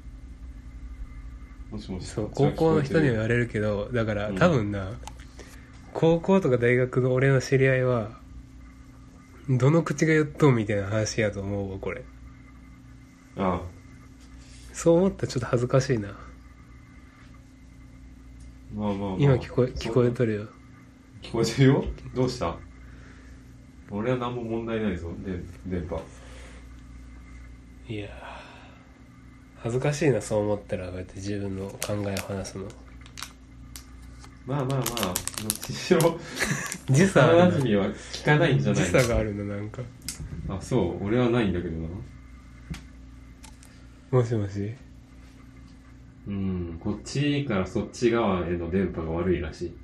もしもし。 そう、高校の人には言われるけど、だから多分な、うん、高校とか大学の俺の知り合いはどの口が言っとんみたいな話やと思うわ、これ。 ああ、 そう思ったらちょっと恥ずかしいな。 まあまあ、まあ、 今聞こえ聞こえとるよ。 聞こえてるよ。どうした？俺は何も問題ないぞ、電波。 いや恥ずかしいな、そう思ったらこうやって自分の考えを話すの。 まあまあまあ、どっちにしろ時差あるな。 幼馴染は聞かないんじゃない？ 時差があるの、なんか。 あ、そう、俺はないんだけどな。 もしもし。 うん、こっちからそっち側への電波が悪いらしい。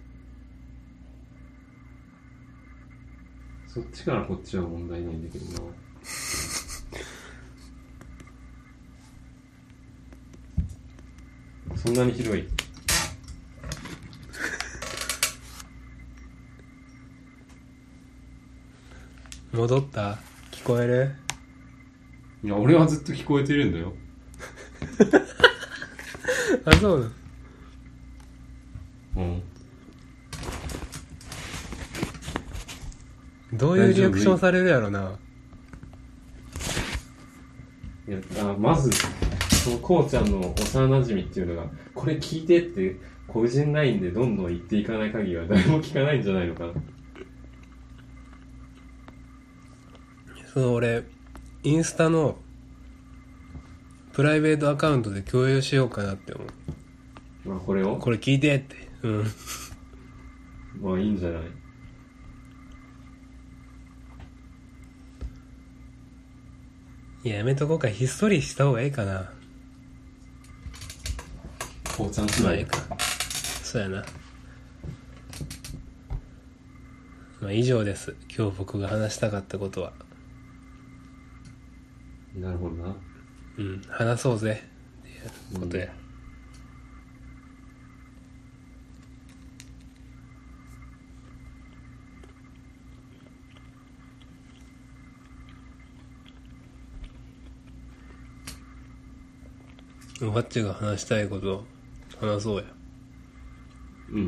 そっちからこっちは問題ないんだけどな。そんなにひどい？ 戻った？聞こえる？ いや、俺はずっと聞こえてるんだよ。 あ、そうなの？ うん。 どういうリアクションされるやろな。 いや、あ、まずそのこうちゃんの幼馴染っていうのがこれ聞いてって個人ラインでどんどん言っていかない限りは誰も聞かないんじゃないのかな。 そう、俺インスタのプライベートアカウントで共有しようかなって思う。 まあこれをこれ聞いてって。うん。 まあいいんじゃない。 いや、やめとこうか。ひっそりした方がいいかな。 降参しないまあいいか。そうやな。まあ以上です。今日僕が話したかったことは。 なるほどな。 うん、話そうぜっていうことや。おばっちが話したいことを話そうや。 うん。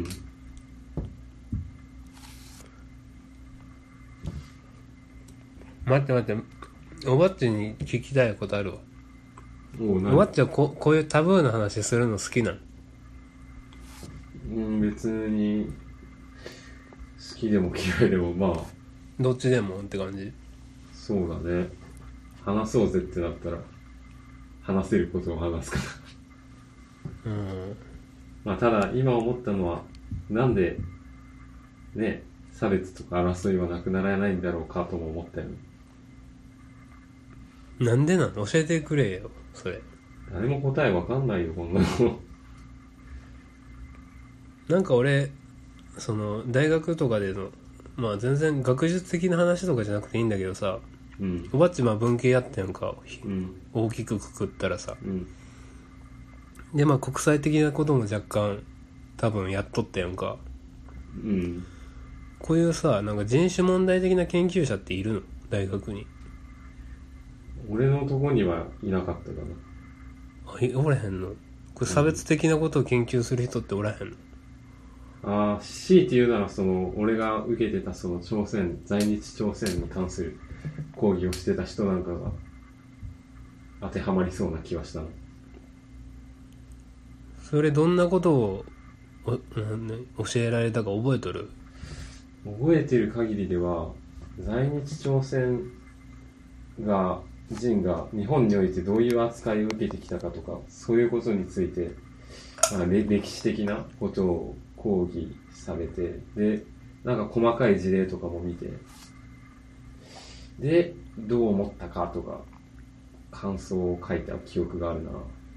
待って待って、おばっちに聞きたいことあるわ。 おう、なおばっちはここういうタブーな話するの好きなの？ うん、別に好きでも嫌いでもまあどっちでもって感じ？ そうだね。話そうぜってなったら話せることを話すかな。 うん。 まあただ今思ったのはなんでね差別とか争いはなくならないんだろうかとも思ったよね。 なんでなの？教えてくれよそれ。 誰も答えわかんないよこんなの。 なんか俺その大学とかでのまあ全然学術的な話とかじゃなくていいんだけどさ、 うん。 おばっちまあ文系やったやんか、 うん。 大きくくくったらさ。 うん。 でまあ国際的なことも若干多分やっとったやんか。 うん。 こういうさなんか人種問題的な研究者っているの？大学に。 俺のとこにはいなかったかな。 あ、いおらへんの？これ差別的なことを研究する人っておらへんの？ ああ、強いて言うならその俺が受けてたその朝鮮在日朝鮮に関する講義をしてた人なんかが当てはまりそうな気はしたの。 それどんなことをお、うんね、教えられたか覚えとる？ 覚えてる限りでは在日朝鮮が人が日本においてどういう扱いを受けてきたかとかそういうことについて、まあ、歴史的なことを講義されてでなんか細かい事例とかも見てでどう思ったかとか感想を書いた記憶があるな。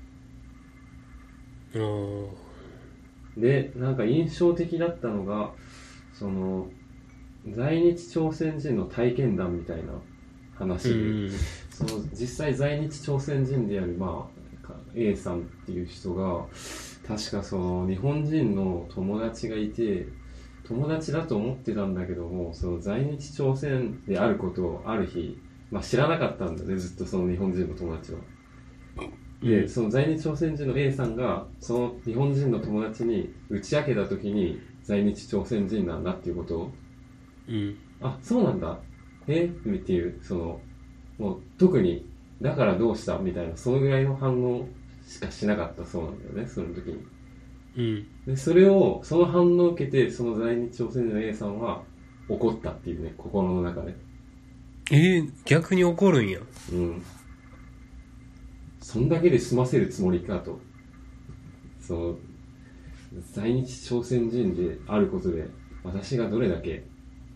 おでなんか印象的だったのがその在日朝鮮人の体験談みたいな話で、うん、その実際在日朝鮮人である、まあ、A さんっていう人が確かその日本人の友達がいて友達だと思ってたんだけどもその在日朝鮮であることをある日、まあ、知らなかったんだねずっとその日本人の友達は。でその在日朝鮮人の A さんがその日本人の友達に打ち明けた時に在日朝鮮人なんだっていうことを、 うん、 あそうなんだえっていうそのもう特にだからどうしたみたいなそのぐらいの反応しかしなかったそうなんだよねその時に、 うん、 でそれをその反応を受けてその在日朝鮮人の A さんは怒ったっていうね心の中で。 えー、逆に怒るんや。 うん。そんだけで済ませるつもりかと。その在日朝鮮人であることで私がどれだけ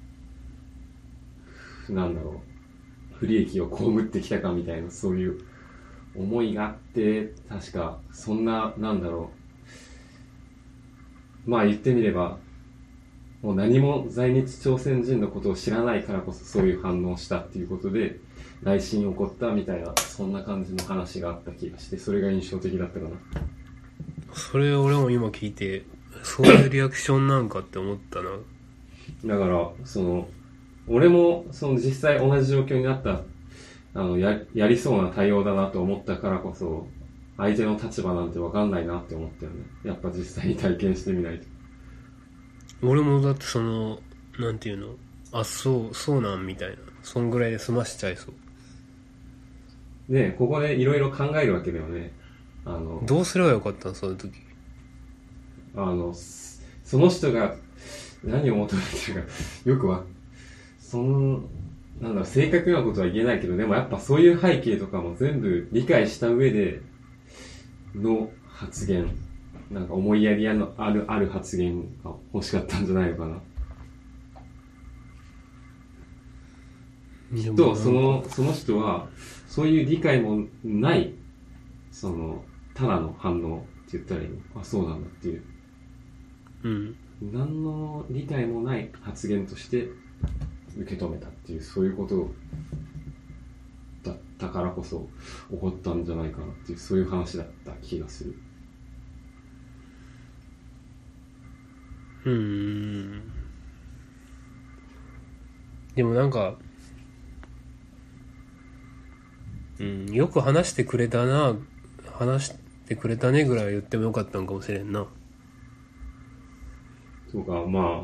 なんだろう不利益を被ってきたかみたいなそういう思いがあって確かそんななんだろうまあ言ってみればもう何も在日朝鮮人のことを知らないからこそそういう反応をしたっていうことで内心起こったみたいなそんな感じの話があった気がしてそれが印象的だったかな。 それ俺も今聞いてそういうリアクションなんかって思ったな。 だからその俺もその実際同じ状況になったあの や, やりそうな対応だなと思ったからこそ相手の立場なんて分かんないなって思ったよねやっぱ実際に体験してみないと。 俺もだってそのなんていうのあそうそうなんみたいなそんぐらいで済ましちゃいそうでここでいろいろ考えるわけだよね。あのどうすればよかったのその時。 あのその人が何を求めてるかよくわそのなんだろう正確なことは言えないけどでもやっぱそういう背景とかも全部理解した上での発言なんか思いやりのあるある発言が欲しかったんじゃないのかな。 きっとそのその人はそういう理解もないそのただの反応って言ったらいいの、あそうなんだっていう、 うん、 何の理解もない発言として受け止めたっていう、そういうことだったからこそ起こったんじゃないかなっていう、そういう話だった気がする。 うーん。でもなんか、うん、よく話してくれたな、話してくれたねぐらい言ってもよかったのかもしれんな。 とか、まあ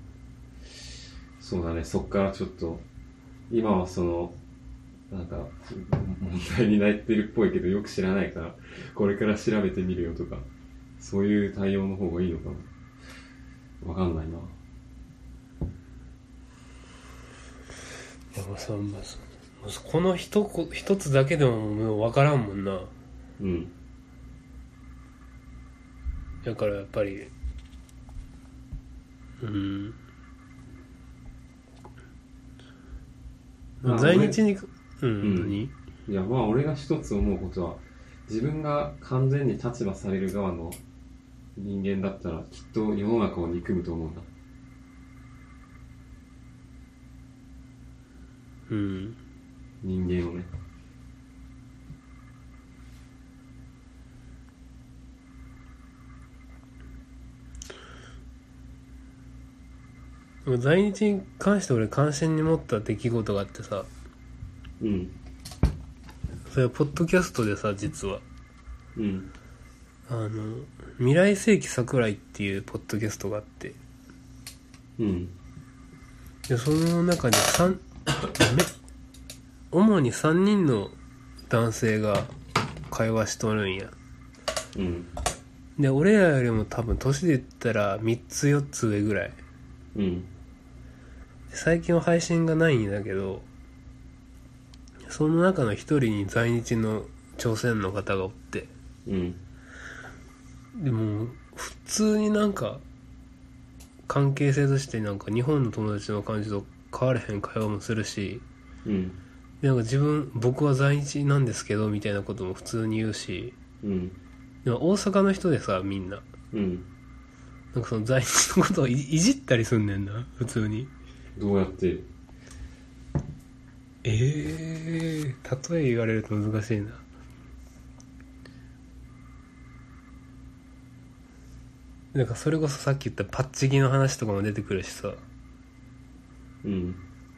そうだね、そっからちょっと今はそのなんか問題になってるっぽいけどよく知らないからこれから調べてみるよとか、そういう対応の方がいいのかな、わかんないな。 でもさ、まあ、この一こ一つだけでももう分からんもんな。 うん。 だからやっぱり、うん。まあ、在日に、うん、うん、何？ いや、まあ俺が一つ思うことは、自分が完全に立場される側の人間だったらきっと世の中を憎むと思うんだ。 うん。 人間をね。 在日に関して俺関心に持った出来事があってさ、 うん。 それはポッドキャストでさ、実は。 うん。 あの、未来世紀桜井っていうポッドキャストがあって、 うん。 で、その中に三、主にさんにんの男性が会話しとるんや。 うん。 で、俺らよりも多分年で言ったらみっつよっつ上ぐらい。 うん。 最近は配信がないんだけど、その中の一人に在日の朝鮮の方がおって、 うん。 でも普通になんか関係性としてなんか日本の友達の感じと変われへん会話もするし、 うん。 でなんか自分僕は在日なんですけどみたいなことも普通に言うし、 うん。 でも大阪の人でさ、みんなうん。 なんかその在日のことを い, いじったりすんねんな、普通に。 どうやって？ ええー、例え言われると難しいな。なんかそれこそさっき言ったパッチギの話とかも出てくるしさ。 うん。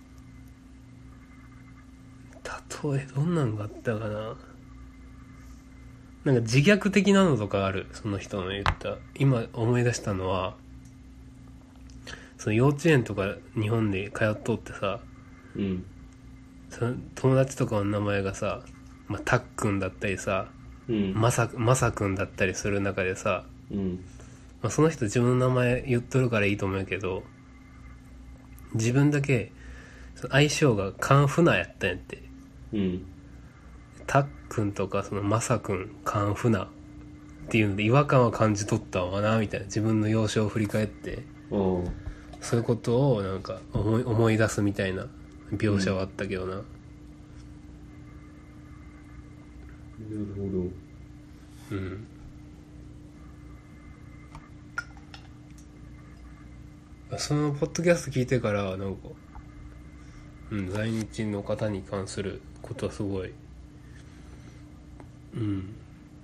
例えどんなんがあったかな。なんか自虐的なのとかある、その人の言った。今思い出したのは、その幼稚園とか日本で通っとってさ、 うん。 その友達とかの名前がさ、まあ、たっくんだったりさ、 うん。 まさまさくんだったりする中でさ、 うん。 まあ、その人自分の名前言っとるからいいと思うけど、自分だけ相性がカンフナやったんやって。 うん。 たっくんとかそのまさくん、カンフナっていうので違和感は感じ取ったわなみたいな、自分の幼少を振り返っておそういうことをなんか思い思い出すみたいな描写はあったけどな。 なるほど。 うん。そのポッドキャスト聞いてからなんか、うん、在日の方に関することはすごい、うん、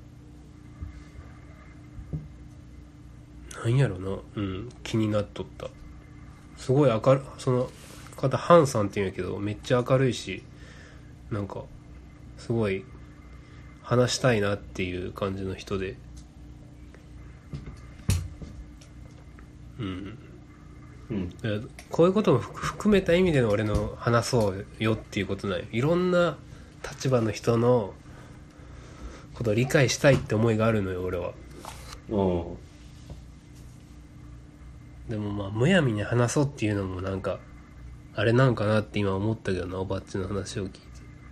なんやろな、うん、気になっとった。すごい明るい、その方ハンさんって言うんやけどめっちゃ明るいし、なんかすごい話したいなっていう感じの人で、うん、うん、こういうことも含めた意味での俺の話そうよっていうことなんよ。いろんな立場の人のことを理解したいって思いがあるのよ俺は。 おでもまあむやみに話そうっていうのもなんかあれなんかなって今思ったけどな、おばっちの話を聞いて。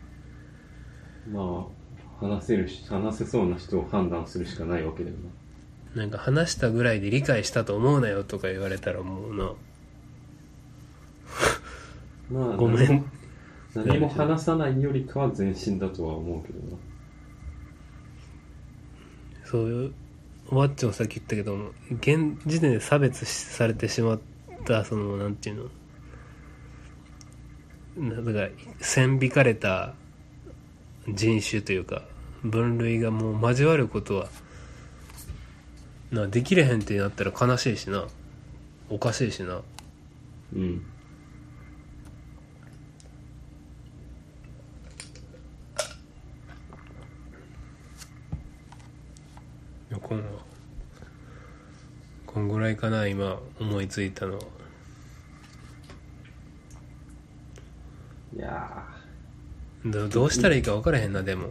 まあ話せるし話せそうな人を判断するしかないわけだよな。なんか話したぐらいで理解したと思うなよとか言われたらもうなまあごめん何も話さないよりかは前進だとは思うけどな。 そういうおばっちもさっき言ったけども、現時点で差別されてしまったそのなんていうの、だから線引かれた人種というか分類がもう交わることはなできれへんってなったら悲しいしな、おかしいしな。 うん。 いやこんこんぐらいかな今思いついたのは。 いやど, どうしたらいいか分からへんな。でも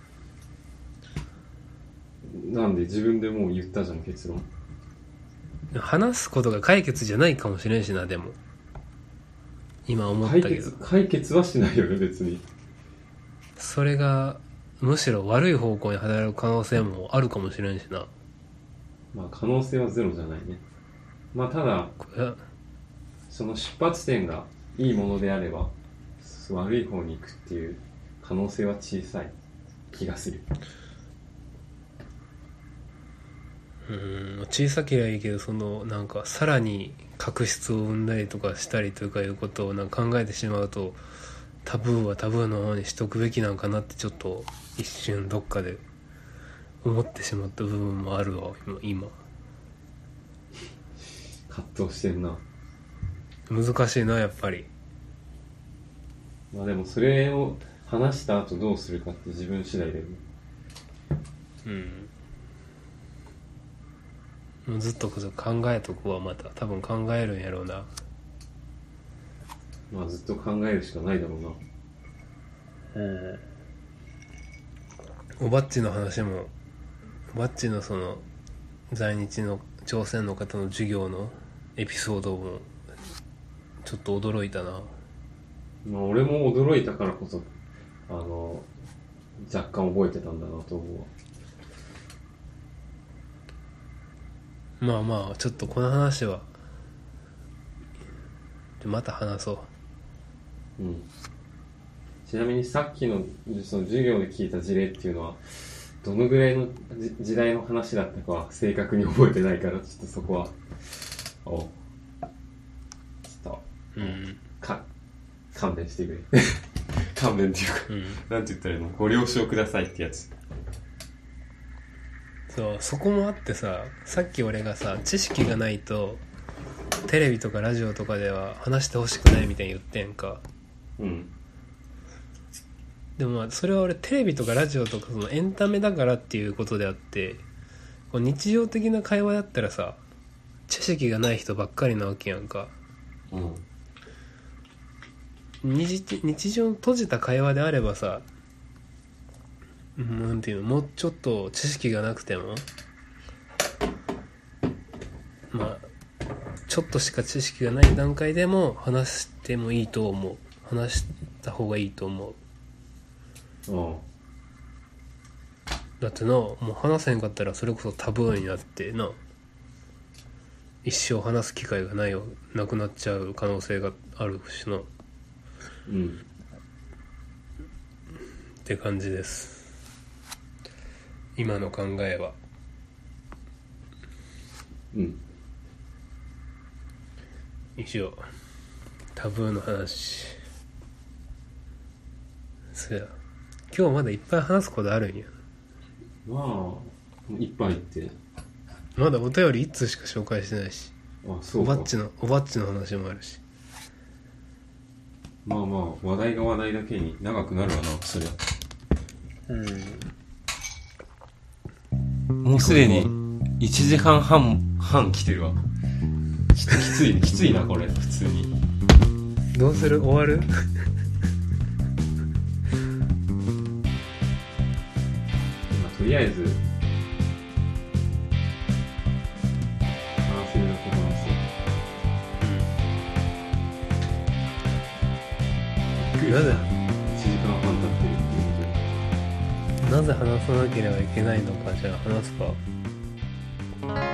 ーなんで自分でもう言ったじゃん結論。 話すことが解決じゃないかもしれんしな。でも今思ったけど解決解決はしないよね別に。 それがむしろ悪い方向に働く可能性もあるかもしれんしな。 まあ可能性はゼロじゃないね。まあただその出発点がいいものであれば悪い方に行くっていう可能性は小さい気がする。 うーん小さければいいけど、そのなんかさらに確執を生んだりとかしたりとかいうことをなんか考えてしまうと、タブーはタブーの方にしとくべきなんかなってちょっと一瞬どっかで思ってしまった部分もあるわ今。 葛藤してんな。 難しいなやっぱり。 まあでもそれを話した後どうするかって自分次第だよね。 うんもうずっとこそ考えとくわ。また多分考えるんやろうな。 まあずっと考えるしかないだろうな。 うんおばっちの話も、おばっちのその在日の朝鮮の方の授業のエピソードもちょっと驚いたな。 まあ俺も驚いたからこそあの若干覚えてたんだなと思うわ。 まあまあちょっとこの話はまた話そう。 うん。ちなみにさっきのその授業で聞いた事例っていうのはどのぐらいの時代の話だったかは正確に覚えてないから、ちょっとそこはおちょっと、うん、か勘弁してくれ勘弁っていうか、うん、なんて言ったらいいの、ご了承くださいってやつ。 そうそこもあってさ、さっき俺がさ知識がないとテレビとかラジオとかでは話してほしくないみたいに言ってんか。 うんでもまあそれは俺テレビとかラジオとかそのエンタメだからっていうことであって、こう日常的な会話だったらさ知識がない人ばっかりなわけやんか。 うん、 日, 日常の閉じた会話であればさ、なんていうの、もうちょっと知識がなくてもまあちょっとしか知識がない段階でも話してもいいと思う。話した方がいいと思う。 ああだってな、もう話せんかったらそれこそタブーになってな、一生話す機会がないよなくなっちゃう可能性があるしな。 うんって感じです、今の考えは。 うん以上タブーの話。そうや、今日まだいっぱい話すことあるんや。 まあいっぱいってまだお便りいっ通しか紹介してないし、 あそうか、 おばっちのおばっちの話もあるし。 まあまあ話題が話題だけに長くなるわなそりゃ。うんもうすでにいちじはんはん半来てるわ。ちょっときついきついなこれ普通に。 どうする、終わるまあ、とりあえず話せるだけ話そう。 なぜいちじかんはん経ってるっていうなぜ話さなければいけないのか。じゃあ話すか。